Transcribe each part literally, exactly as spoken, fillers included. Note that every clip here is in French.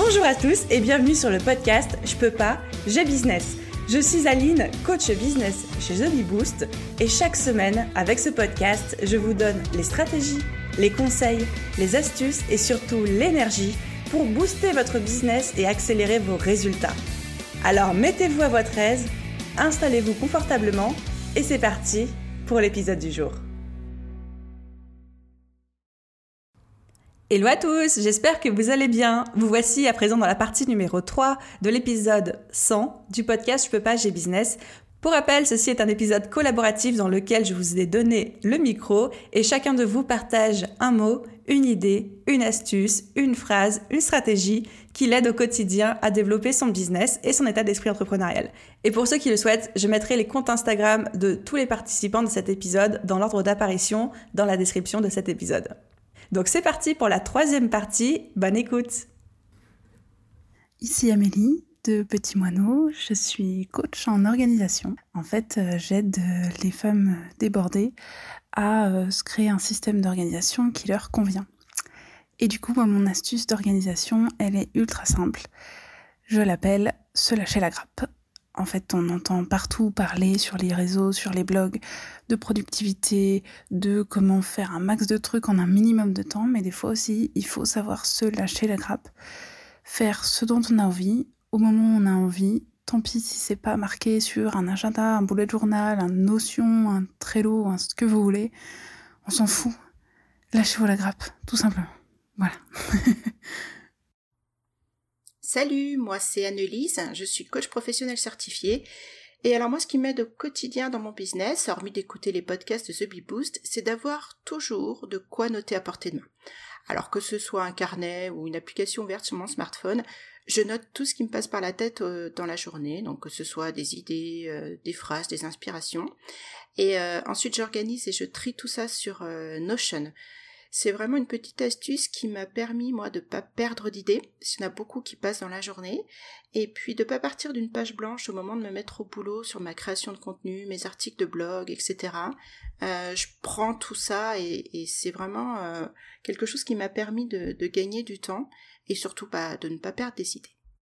Bonjour à tous et bienvenue sur le podcast Je peux pas, j'ai business. Je suis Aline, coach business chez The Bee Boost et chaque semaine, avec ce podcast, je vous donne les stratégies, les conseils, les astuces et surtout l'énergie pour booster votre business et accélérer vos résultats. Alors mettez-vous à votre aise, installez-vous confortablement et c'est parti pour l'épisode du jour. Hello à tous, j'espère que vous allez bien. Vous voici à présent dans la partie numéro trois de l'épisode cent du podcast Je peux pas, j'ai business. Pour rappel, ceci est un épisode collaboratif dans lequel je vous ai donné le micro et chacun de vous partage un mot, une idée, une astuce, une phrase, une stratégie qui l'aide au quotidien à développer son business et son état d'esprit entrepreneurial. Et pour ceux qui le souhaitent, je mettrai les comptes Instagram de tous les participants de cet épisode dans l'ordre d'apparition dans la description de cet épisode. Donc c'est parti pour la troisième partie, bonne écoute. Ici Amélie de Petit Moineau, je suis coach en organisation. En fait, j'aide les femmes débordées à se créer un système d'organisation qui leur convient. Et du coup, moi, mon astuce d'organisation, elle est ultra simple. Je l'appelle se lâcher la grappe. En fait, on entend partout parler sur les réseaux, sur les blogs, de productivité, de comment faire un max de trucs en un minimum de temps, mais des fois aussi, il faut savoir se lâcher la grappe, faire ce dont on a envie, au moment où on a envie, tant pis si c'est pas marqué sur un agenda, un bullet journal, un Notion, un Trello, un ce que vous voulez, on s'en fout. Lâchez-vous la grappe, tout simplement. Voilà. Salut, moi c'est Annelise, je suis coach professionnel certifié. Et alors moi ce qui m'aide au quotidien dans mon business, hormis d'écouter les podcasts de The Bee Boost, c'est d'avoir toujours de quoi noter à portée de main. Alors que ce soit un carnet ou une application ouverte sur mon smartphone, je note tout ce qui me passe par la tête euh, dans la journée, donc que ce soit des idées, euh, des phrases, des inspirations. Et euh, ensuite j'organise et je trie tout ça sur euh, Notion. C'est vraiment une petite astuce qui m'a permis, moi, de pas perdre d'idées, parce qu'il y en a beaucoup qui passent dans la journée, et puis de pas partir d'une page blanche au moment de me mettre au boulot sur ma création de contenu, mes articles de blog, et cetera. Euh, je prends tout ça et, et c'est vraiment euh, quelque chose qui m'a permis de, de gagner du temps et surtout bah, de ne pas perdre des idées.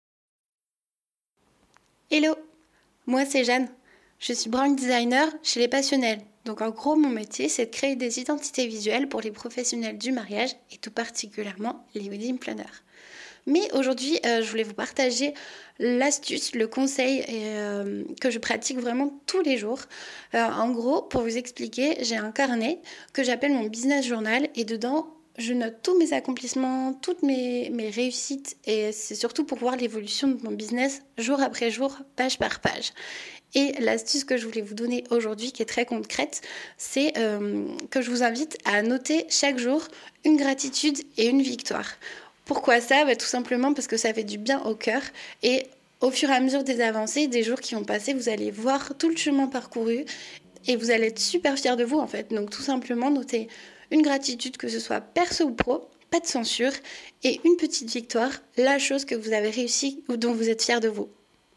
Hello, moi c'est Jeanne. Je suis brand designer chez Les Passionnels. Donc en gros, mon métier, c'est de créer des identités visuelles pour les professionnels du mariage et tout particulièrement les wedding planners. Mais aujourd'hui, euh, je voulais vous partager l'astuce, le conseil euh, que je pratique vraiment tous les jours. Euh, en gros, pour vous expliquer, j'ai un carnet que j'appelle mon business journal et dedans, je note tous mes accomplissements, toutes mes, mes réussites et c'est surtout pour voir l'évolution de mon business jour après jour, page par page. Et l'astuce que je voulais vous donner aujourd'hui, qui est très concrète, c'est euh, que je vous invite à noter chaque jour une gratitude et une victoire. Pourquoi ça ? Bah, tout simplement parce que ça fait du bien au cœur et au fur et à mesure des avancées, des jours qui vont passer, vous allez voir tout le chemin parcouru et vous allez être super fiers de vous en fait. Donc tout simplement noter une gratitude, que ce soit perso ou pro, pas de censure, et une petite victoire, la chose que vous avez réussi ou dont vous êtes fiers de vous. Salut !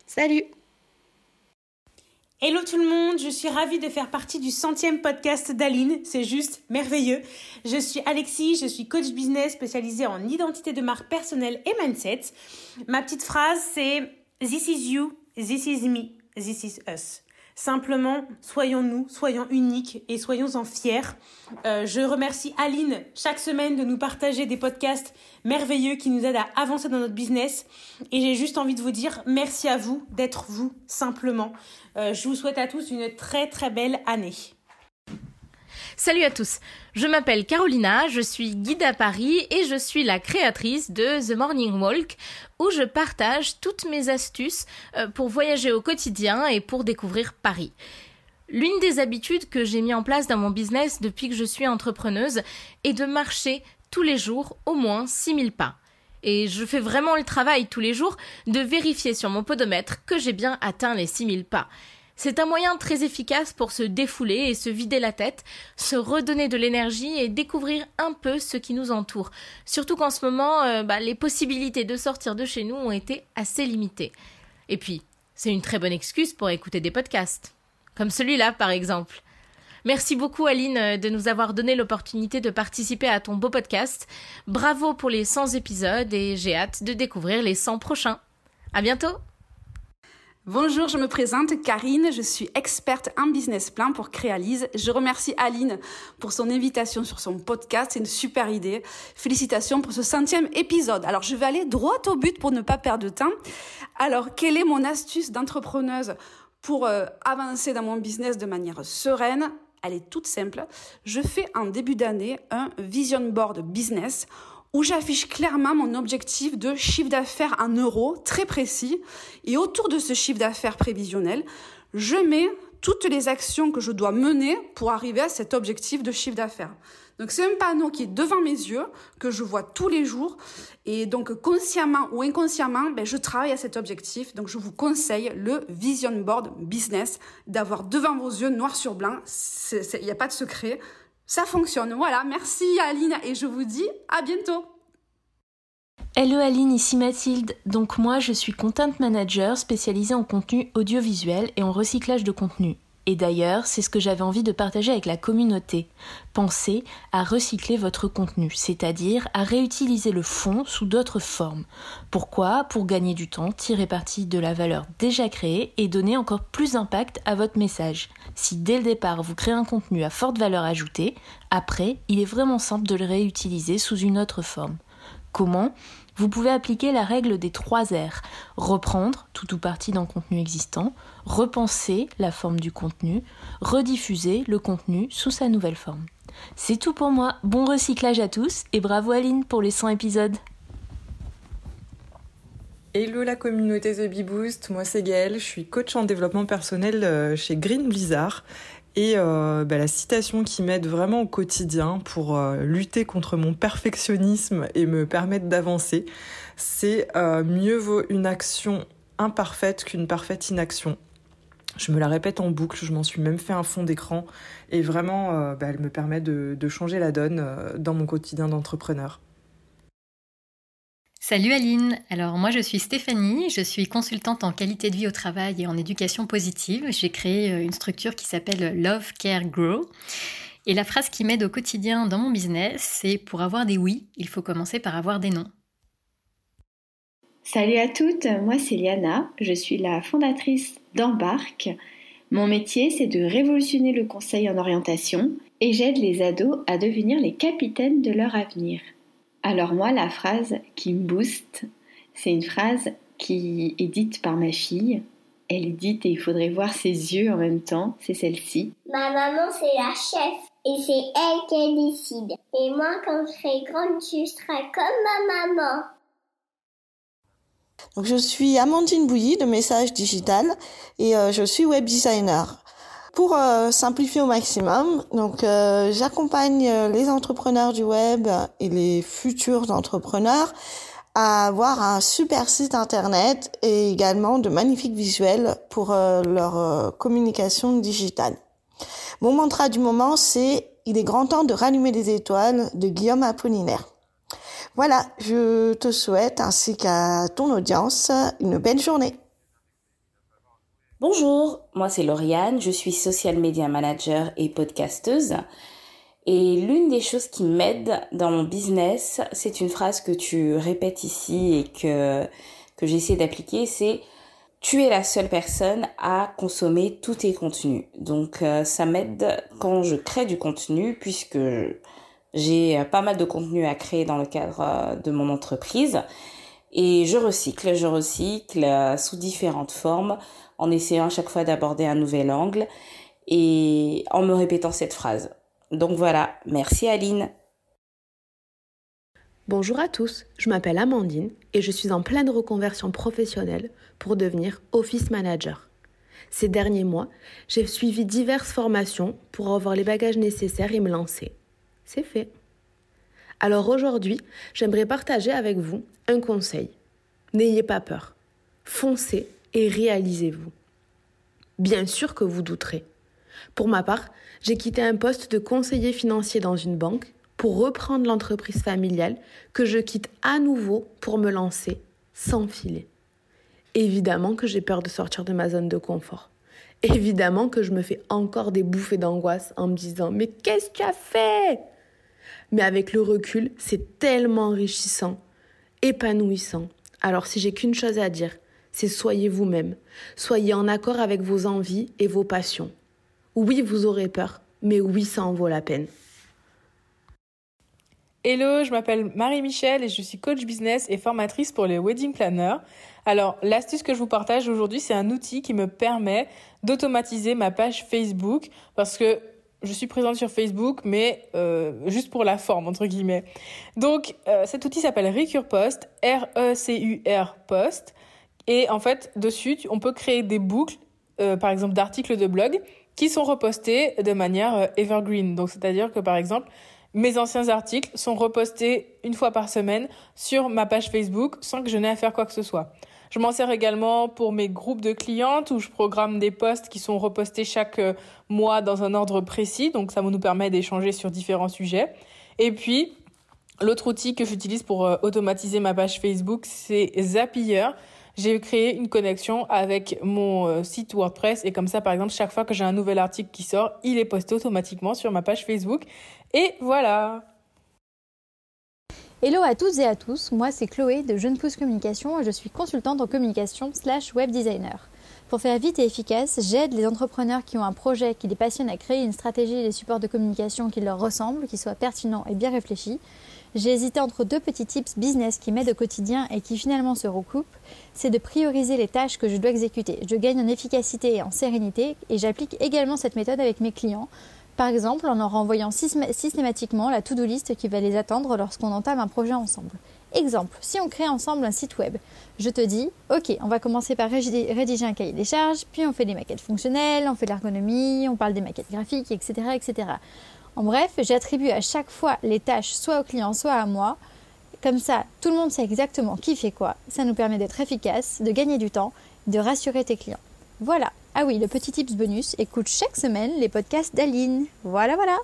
Hello tout le monde, je suis ravie de faire partie du centième podcast d'Aline, c'est juste merveilleux. Je suis Alexis, je suis coach business spécialisée en identité de marque personnelle et mindset. Ma petite phrase c'est « This is you, this is me, this is us ». Simplement, soyons-nous, soyons uniques et soyons-en fiers. Euh, je remercie Aline chaque semaine de nous partager des podcasts merveilleux qui nous aident à avancer dans notre business. Et j'ai juste envie de vous dire merci à vous d'être vous, simplement. Euh, je vous souhaite à tous une très très belle année. Salut à tous, je m'appelle Carolina, je suis guide à Paris et je suis la créatrice de The Morning Walk où je partage toutes mes astuces pour voyager au quotidien et pour découvrir Paris. L'une des habitudes que j'ai mis en place dans mon business depuis que je suis entrepreneuse est de marcher tous les jours au moins six mille pas. Et je fais vraiment le travail tous les jours de vérifier sur mon podomètre que j'ai bien atteint les six mille pas. C'est un moyen très efficace pour se défouler et se vider la tête, se redonner de l'énergie et découvrir un peu ce qui nous entoure. Surtout qu'en ce moment, euh, bah, les possibilités de sortir de chez nous ont été assez limitées. Et puis, c'est une très bonne excuse pour écouter des podcasts. Comme celui-là, par exemple. Merci beaucoup Aline de nous avoir donné l'opportunité de participer à ton beau podcast. Bravo pour les cent épisodes et j'ai hâte de découvrir les cent prochains. À bientôt. Bonjour, je me présente Karine, je suis experte en business plan pour Créalise. Je remercie Aline pour son invitation sur son podcast, c'est une super idée. Félicitations pour ce centième épisode. Alors je vais aller droit au but pour ne pas perdre de temps. Alors quelle est mon astuce d'entrepreneuse pour euh, avancer dans mon business de manière sereine? Elle est toute simple. Je fais en début d'année un vision board business où j'affiche clairement mon objectif de chiffre d'affaires en euros, très précis. Et autour de ce chiffre d'affaires prévisionnel, je mets toutes les actions que je dois mener pour arriver à cet objectif de chiffre d'affaires. Donc c'est un panneau qui est devant mes yeux, que je vois tous les jours. Et donc consciemment ou inconsciemment, ben, je travaille à cet objectif. Donc je vous conseille le Vision Board Business, d'avoir devant vos yeux noir sur blanc. Il n'y a pas de secret. Ça fonctionne. Voilà, merci Aline et je vous dis à bientôt. Hello Aline, ici Mathilde. Donc moi, je suis content manager spécialisée en contenu audiovisuel et en recyclage de contenu. Et d'ailleurs, c'est ce que j'avais envie de partager avec la communauté. Pensez à recycler votre contenu, c'est-à-dire à réutiliser le fond sous d'autres formes. Pourquoi ? Pour gagner du temps, tirer parti de la valeur déjà créée et donner encore plus d'impact à votre message. Si dès le départ vous créez un contenu à forte valeur ajoutée, après, il est vraiment simple de le réutiliser sous une autre forme. Comment ? Vous pouvez appliquer la règle des trois R. Reprendre tout ou partie d'un contenu existant, repenser la forme du contenu, rediffuser le contenu sous sa nouvelle forme. C'est tout pour moi. Bon recyclage à tous et bravo Aline pour les cent épisodes. Hello la communauté The Bee Boost, moi c'est Gaëlle, je suis coach en développement personnel chez Green Blizzard. Et euh, bah, la citation qui m'aide vraiment au quotidien pour euh, lutter contre mon perfectionnisme et me permettre d'avancer, c'est euh, « Mieux vaut une action imparfaite qu'une parfaite inaction ». Je me la répète en boucle, je m'en suis même fait un fond d'écran et vraiment, euh, bah, elle me permet de, de changer la donne euh, dans mon quotidien d'entrepreneur. Salut Aline, alors moi je suis Stéphanie, je suis consultante en qualité de vie au travail et en éducation positive. J'ai créé une structure qui s'appelle Love, Care, Grow. Et la phrase qui m'aide au quotidien dans mon business, c'est pour avoir des oui, il faut commencer par avoir des non. Salut à toutes, moi c'est Liana, je suis la fondatrice d'Embarque. Mon métier c'est de révolutionner le conseil en orientation et j'aide les ados à devenir les capitaines de leur avenir. Alors moi, la phrase qui me booste, c'est une phrase qui est dite par ma fille. Elle est dite et il faudrait voir ses yeux en même temps, c'est celle-ci. Ma maman, c'est la chef et c'est elle qui décide. Et moi, quand je serai grande, je serai comme ma maman. Donc, je suis Amandine Bouilly de Message Digital et euh, je suis web designer. Pour euh, simplifier au maximum, donc euh, j'accompagne les entrepreneurs du web et les futurs entrepreneurs à avoir un super site internet et également de magnifiques visuels pour euh, leur euh, communication digitale. Mon mantra du moment, c'est « Il est grand temps de rallumer les étoiles » de Guillaume Apollinaire. Voilà, je te souhaite ainsi qu'à ton audience une belle journée. Bonjour, moi c'est Lauriane, je suis social media manager et podcasteuse. Et l'une des choses qui m'aide dans mon business, c'est une phrase que tu répètes ici et que, que j'essaie d'appliquer, c'est « Tu es la seule personne à consommer tous tes contenus ». Donc euh, ça m'aide quand je crée du contenu puisque j'ai pas mal de contenu à créer dans le cadre de mon entreprise. Et je recycle, je recycle euh, sous différentes formes, en essayant à chaque fois d'aborder un nouvel angle et en me répétant cette phrase. Donc voilà, merci Aline. Bonjour à tous, je m'appelle Amandine et je suis en pleine reconversion professionnelle pour devenir office manager. Ces derniers mois, j'ai suivi diverses formations pour avoir les bagages nécessaires et me lancer. C'est fait. Alors aujourd'hui, j'aimerais partager avec vous un conseil. N'ayez pas peur. Foncez et réalisez-vous. Bien sûr que vous douterez. Pour ma part, j'ai quitté un poste de conseiller financier dans une banque pour reprendre l'entreprise familiale que je quitte à nouveau pour me lancer sans filet. Évidemment que j'ai peur de sortir de ma zone de confort. Évidemment que je me fais encore des bouffées d'angoisse en me disant « Mais qu'est-ce que tu as fait ?» Mais avec le recul, c'est tellement enrichissant, épanouissant. Alors si j'ai qu'une chose à dire, c'est soyez vous-même. Soyez en accord avec vos envies et vos passions. Oui, vous aurez peur, mais oui, ça en vaut la peine. Hello, je m'appelle Marie-Michel et je suis coach business et formatrice pour les wedding planners. Alors, l'astuce que je vous partage aujourd'hui, c'est un outil qui me permet d'automatiser ma page Facebook parce que je suis présente sur Facebook, mais euh, juste pour la forme, entre guillemets. Donc, euh, cet outil s'appelle RecurPost, R E C U R Post. Et en fait, dessus, on peut créer des boucles, euh, par exemple d'articles de blog, qui sont repostés de manière euh, evergreen. Donc, c'est-à-dire que, par exemple, mes anciens articles sont repostés une fois par semaine sur ma page Facebook sans que je n'aie à faire quoi que ce soit. Je m'en sers également pour mes groupes de clientes où je programme des posts qui sont repostés chaque mois dans un ordre précis. Donc, ça nous permet d'échanger sur différents sujets. Et puis, l'autre outil que j'utilise pour euh, automatiser ma page Facebook, c'est Zapier. J'ai créé une connexion avec mon euh, site WordPress et comme ça, par exemple, chaque fois que j'ai un nouvel article qui sort, il est posté automatiquement sur ma page Facebook. Et voilà! Hello à toutes et à tous, moi c'est Chloé de Jeune Pousse Communication et je suis consultante en communication slash web designer. Pour faire vite et efficace, j'aide les entrepreneurs qui ont un projet qui les passionne à créer une stratégie et des supports de communication qui leur ressemblent, qui soient pertinents et bien réfléchis. J'ai hésité entre deux petits tips business qui m'aident au quotidien et qui finalement se recoupent. C'est de prioriser les tâches que je dois exécuter. Je gagne en efficacité et en sérénité et j'applique également cette méthode avec mes clients. Par exemple, en leur envoyant systématiquement la to-do list qui va les attendre lorsqu'on entame un projet ensemble. Exemple, si on crée ensemble un site web, je te dis, ok, on va commencer par rédiger un cahier des charges, puis on fait des maquettes fonctionnelles, on fait de l'ergonomie, on parle des maquettes graphiques, et cetera, et cetera. En bref, j'attribue à chaque fois les tâches soit au client, soit à moi. Comme ça, tout le monde sait exactement qui fait quoi. Ça nous permet d'être efficace, de gagner du temps, de rassurer tes clients. Voilà. Ah oui, le petit tips bonus, écoute chaque semaine les podcasts d'Aline. Voilà, voilà.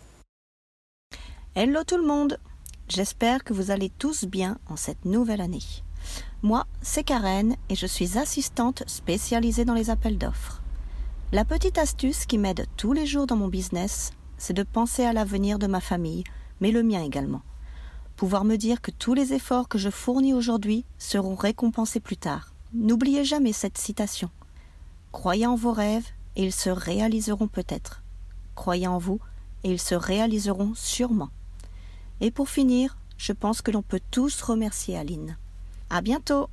Hello tout le monde. J'espère que vous allez tous bien en cette nouvelle année. Moi, c'est Karen et je suis assistante spécialisée dans les appels d'offres. La petite astuce qui m'aide tous les jours dans mon business, c'est de penser à l'avenir de ma famille, mais le mien également. Pouvoir me dire que tous les efforts que je fournis aujourd'hui seront récompensés plus tard. N'oubliez jamais cette citation. Croyez en vos rêves et ils se réaliseront peut-être. Croyez en vous et ils se réaliseront sûrement. Et pour finir, je pense que l'on peut tous remercier Aline. À bientôt!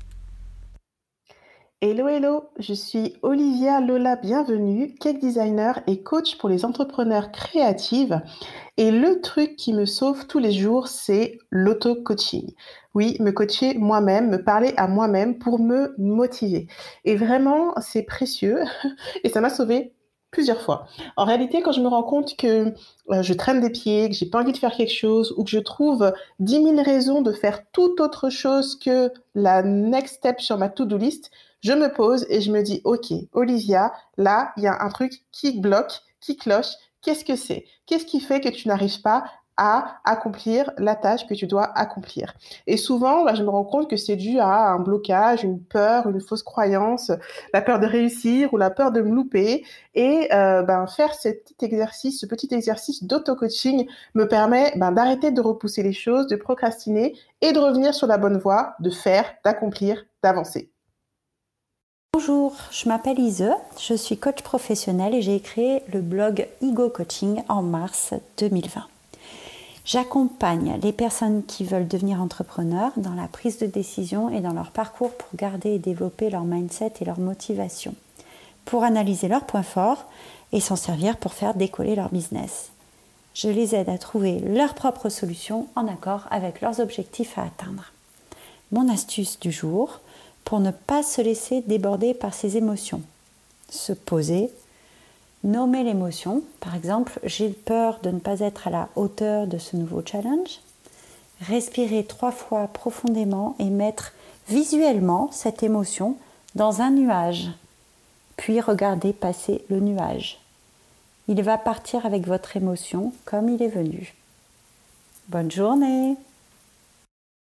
Hello, hello, je suis Olivia Lola Bienvenue, cake designer et coach pour les entrepreneurs créatives. Et le truc qui me sauve tous les jours, c'est l'auto-coaching. Oui, me coacher moi-même, me parler à moi-même pour me motiver. Et vraiment, c'est précieux et ça m'a sauvée plusieurs fois. En réalité, quand je me rends compte que euh, je traîne des pieds, que j'ai pas envie de faire quelque chose ou que je trouve dix mille raisons de faire toute autre chose que la next step sur ma to-do list, je me pose et je me dis, ok, Olivia, là, il y a un truc qui bloque, qui cloche. Qu'est-ce que c'est? Qu'est-ce qui fait que tu n'arrives pas à accomplir la tâche que tu dois accomplir? Et souvent, bah, je me rends compte que c'est dû à un blocage, une peur, une fausse croyance, la peur de réussir ou la peur de me louper. Et euh, ben, faire ce petit exercice, ce petit exercice d'auto-coaching me permet ben, d'arrêter de repousser les choses, de procrastiner et de revenir sur la bonne voie, de faire, d'accomplir, d'avancer. Bonjour, je m'appelle Ise, je suis coach professionnel et j'ai créé le blog Ego Coaching en mars deux mille vingt. J'accompagne les personnes qui veulent devenir entrepreneurs dans la prise de décision et dans leur parcours pour garder et développer leur mindset et leur motivation, pour analyser leurs points forts et s'en servir pour faire décoller leur business. Je les aide à trouver leurs propres solutions en accord avec leurs objectifs à atteindre. Mon astuce du jour, pour ne pas se laisser déborder par ses émotions. Se poser, nommer l'émotion. Par exemple, j'ai peur de ne pas être à la hauteur de ce nouveau challenge. Respirer trois fois profondément et mettre visuellement cette émotion dans un nuage. Puis regarder passer le nuage. Il va partir avec votre émotion comme il est venu. Bonne journée!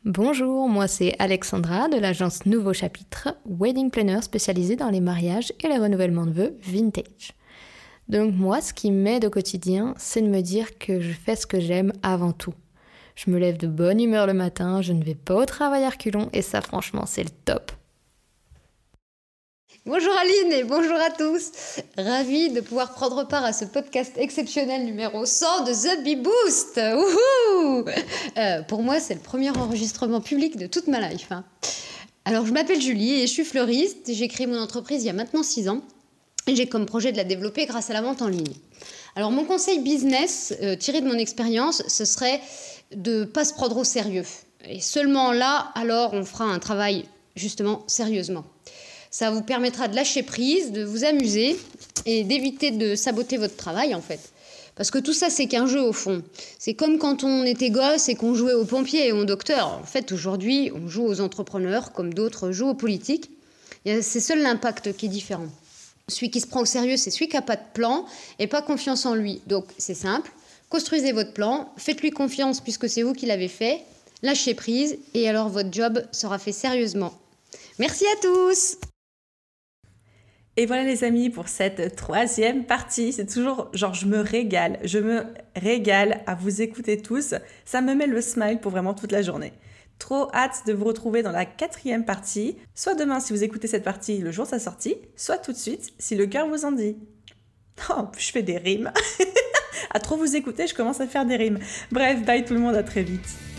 Bonjour, moi c'est Alexandra de l'agence Nouveau Chapitre, wedding planner spécialisée dans les mariages et les renouvellements de vœux vintage. Donc moi, ce qui m'aide au quotidien, c'est de me dire que je fais ce que j'aime avant tout. Je me lève de bonne humeur le matin, je ne vais pas au travail à reculons et ça franchement c'est le top. Bonjour Aline et bonjour à tous. Ravie de pouvoir prendre part à ce podcast exceptionnel numéro cent de The Bee Boost. Wouhou euh, Pour moi, c'est le premier enregistrement public de toute ma life. Hein. Alors, je m'appelle Julie et je suis fleuriste. J'ai créé mon entreprise il y a maintenant six ans et j'ai comme projet de la développer grâce à la vente en ligne. Alors, mon conseil business, euh, tiré de mon expérience, ce serait de ne pas se prendre au sérieux. Et seulement là, alors, on fera un travail justement sérieusement. Ça vous permettra de lâcher prise, de vous amuser et d'éviter de saboter votre travail en fait. Parce que tout ça, c'est qu'un jeu au fond. C'est comme quand on était gosse et qu'on jouait aux pompiers et aux docteurs. En fait, aujourd'hui, on joue aux entrepreneurs comme d'autres jouent aux politiques. C'est seul l'impact qui est différent. Celui qui se prend au sérieux, c'est celui qui n'a pas de plan et pas confiance en lui. Donc, c'est simple. Construisez votre plan, faites-lui confiance puisque c'est vous qui l'avez fait. Lâchez prise et alors votre job sera fait sérieusement. Merci à tous! Et voilà les amis pour cette troisième partie. C'est toujours genre je me régale, je me régale à vous écouter tous. Ça me met le smile pour vraiment toute la journée. Trop hâte de vous retrouver dans la quatrième partie, soit demain si vous écoutez cette partie le jour de sa sortie, soit tout de suite si le cœur vous en dit. Oh, je fais des rimes. À trop vous écouter, je commence à faire des rimes. Bref, bye tout le monde, à très vite.